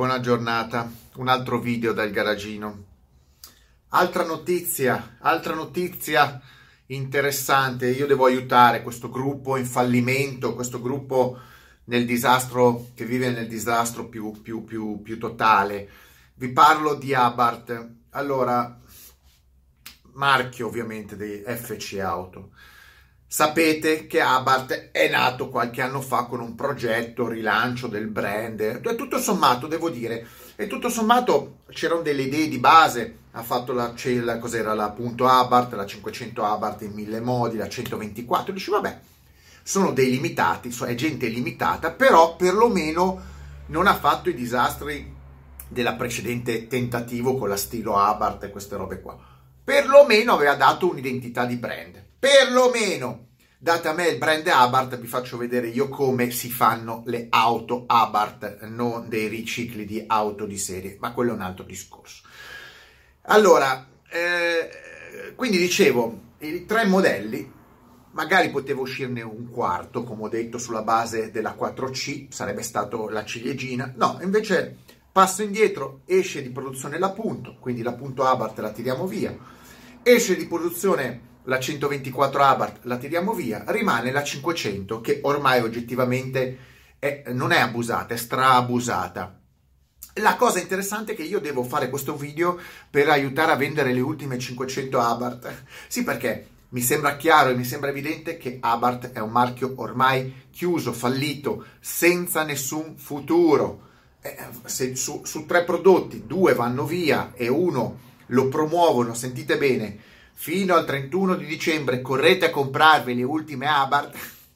buona giornata, un altro video dal garagino. Altra notizia interessante. Io devo aiutare questo gruppo in fallimento, questo gruppo nel disastro, che vive nel disastro più totale. Vi parlo di Abarth. Allora, marchio ovviamente di FC Auto. Sapete che Abarth è nato qualche anno fa con un progetto rilancio del brand, e tutto sommato devo dire, e tutto sommato c'erano delle idee di base. Ha fatto cos'era la punto Abarth, la 500 Abarth in 1000 modi, la 124, dici vabbè, sono dei limitati, è gente limitata, però perlomeno non ha fatto i disastri della precedente tentativo con la stilo Abarth e queste robe qua. Perlomeno aveva dato un'identità di brand. Perlomeno date a me il brand Abarth, vi faccio vedere io come si fanno le auto Abarth, non dei ricicli di auto di serie, ma quello è un altro discorso. Allora, quindi dicevo, i tre modelli, magari poteva uscirne un quarto, come ho detto, sulla base della 4C, sarebbe stato la ciliegina. No, invece passo indietro, esce di produzione la punto, quindi la punto Abarth la tiriamo via, esce di produzione la 124 Abarth, la tiriamo via, rimane la 500 che ormai oggettivamente non è abusata, è straabusata. La cosa interessante è che io devo fare questo video per aiutare a vendere le ultime 500 Abarth. Sì, perché mi sembra chiaro e mi sembra evidente che Abarth è un marchio ormai chiuso, fallito, senza nessun futuro. Se su tre prodotti, due vanno via e uno lo promuovono, sentite bene, fino al 31 di dicembre correte a comprarvi le ultime Abarth,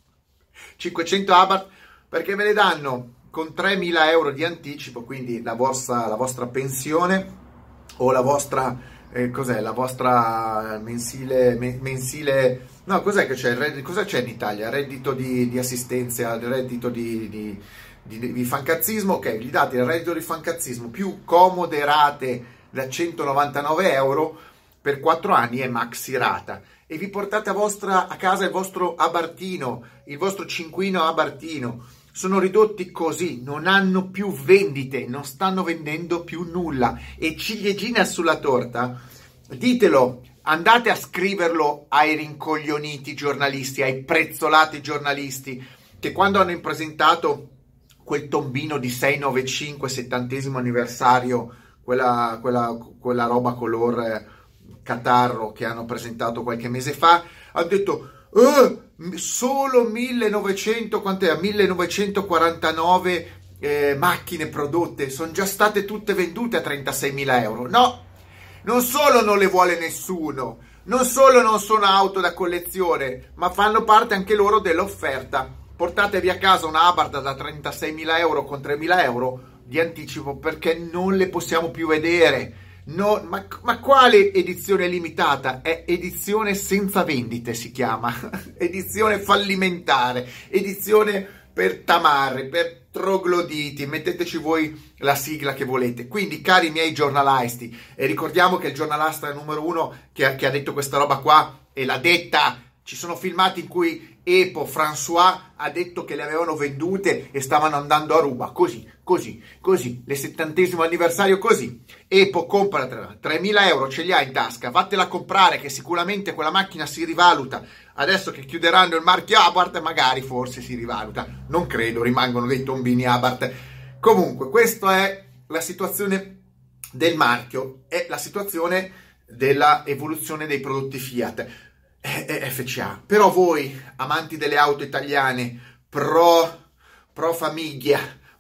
500 Abarth, perché ve le danno con 3.000 euro di anticipo, quindi la vostra pensione o la vostra, la vostra mensile, no, cos'è che c'è? Cosa c'è in Italia? Reddito di assistenza, reddito di fancazzismo, ok, gli date il reddito di fancazzismo più comode rate da 199 euro per 4 anni e maxi rata, e vi portate a casa il vostro Abarthino, il vostro cinquino Abarthino. Sono ridotti così, non hanno più vendite, non stanno vendendo più nulla. E ciliegina sulla torta, ditelo, andate a scriverlo ai rincoglioniti giornalisti, ai prezzolati giornalisti, che quando hanno presentato quel tombino di 695 70° anniversario, quella roba color catarro che hanno presentato qualche mese fa, hanno detto solo 1949 macchine prodotte, sono già state tutte vendute a 36.000 euro. No, non solo non le vuole nessuno, non solo non sono auto da collezione, ma fanno parte anche loro dell'offerta. Portatevi a casa una Abarth da 36.000 euro con 3.000 euro di anticipo, perché non le possiamo più vedere. No, ma quale edizione limitata? È edizione senza vendite, si chiama edizione fallimentare, edizione per tamarri, per trogloditi, metteteci voi la sigla che volete. Quindi, cari miei giornalisti, e ricordiamo che il giornalista numero uno che ha detto questa roba qua e l'ha detta, ci sono filmati in cui Epo François ha detto che le avevano vendute e stavano andando a ruba, così, le 70° anniversario così. Epo compra 3.000 euro, ce li ha in tasca, vattela a comprare che sicuramente quella macchina si rivaluta. Adesso che chiuderanno il marchio Abarth magari forse si rivaluta, non credo, rimangono dei tombini Abarth. Comunque questa è la situazione del marchio, è la situazione della evoluzione dei prodotti Fiat. FCA. Però voi, amanti delle auto italiane, pro famiglia,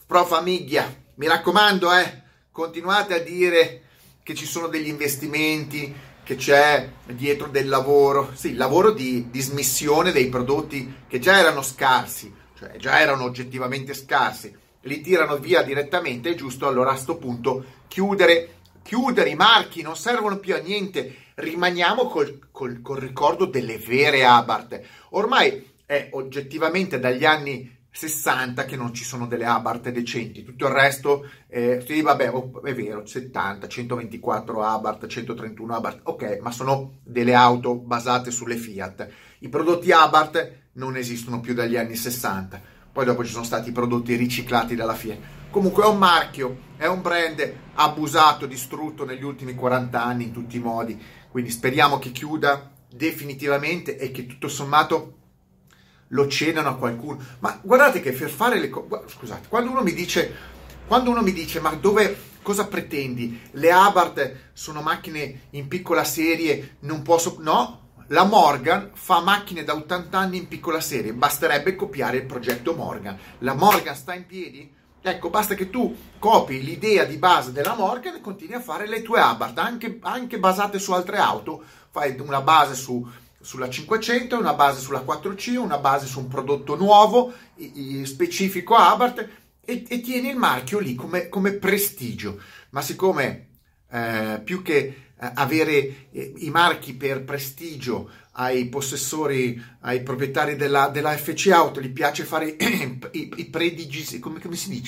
mi raccomando, continuate a dire che ci sono degli investimenti, che c'è dietro del lavoro, sì, il lavoro di dismissione dei prodotti che già erano scarsi, cioè già erano oggettivamente scarsi, li tirano via direttamente. È giusto allora a sto punto chiudere i marchi, non servono più a niente. Rimaniamo col ricordo delle vere Abarth. Ormai è oggettivamente dagli anni 60 che non ci sono delle Abarth decenti, tutto il resto sì, vabbè, è vero, 70, 124 Abarth, 131 Abarth, ok, ma sono delle auto basate sulle Fiat. I prodotti Abarth non esistono più dagli anni 60. poi dopo ci sono stati prodotti riciclati dalla Fiat. Comunque è un marchio, è un brand abusato, distrutto negli ultimi 40 anni in tutti i modi, quindi speriamo che chiuda definitivamente e che tutto sommato lo cedano a qualcuno. Ma guardate che per fare le cose, scusate, quando uno mi dice ma cosa pretendi? Le Abarth sono macchine in piccola serie, non posso, no, la Morgan fa macchine da 80 anni in piccola serie, basterebbe copiare il progetto Morgan. La Morgan sta in piedi? Ecco, basta che tu copi l'idea di base della Morgan e continui a fare le tue Abarth, anche basate su altre auto. Fai una base sulla 500, una base sulla 4C, una base su un prodotto nuovo, specifico Abarth, e tieni il marchio lì come prestigio. Ma siccome più che avere i marchi per prestigio ai possessori, ai proprietari della FC Auto, gli piace fare i predigi, come si dice?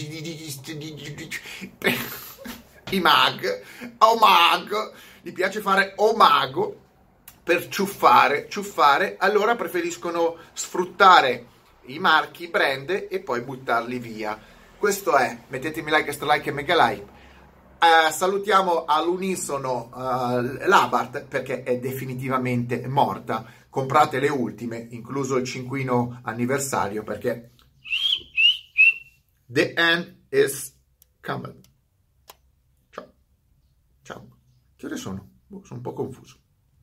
I mag, gli piace fare omago per ciuffare, allora preferiscono sfruttare i marchi, i brand e poi buttarli via. Questo è, mettetemi like, stralike e mega like. Salutiamo all'unisono l'Abarth perché è definitivamente morta. Comprate le ultime, incluso il 5° anniversario, perché the end is coming. Ciao. Che ore sono? Sono un po' confuso.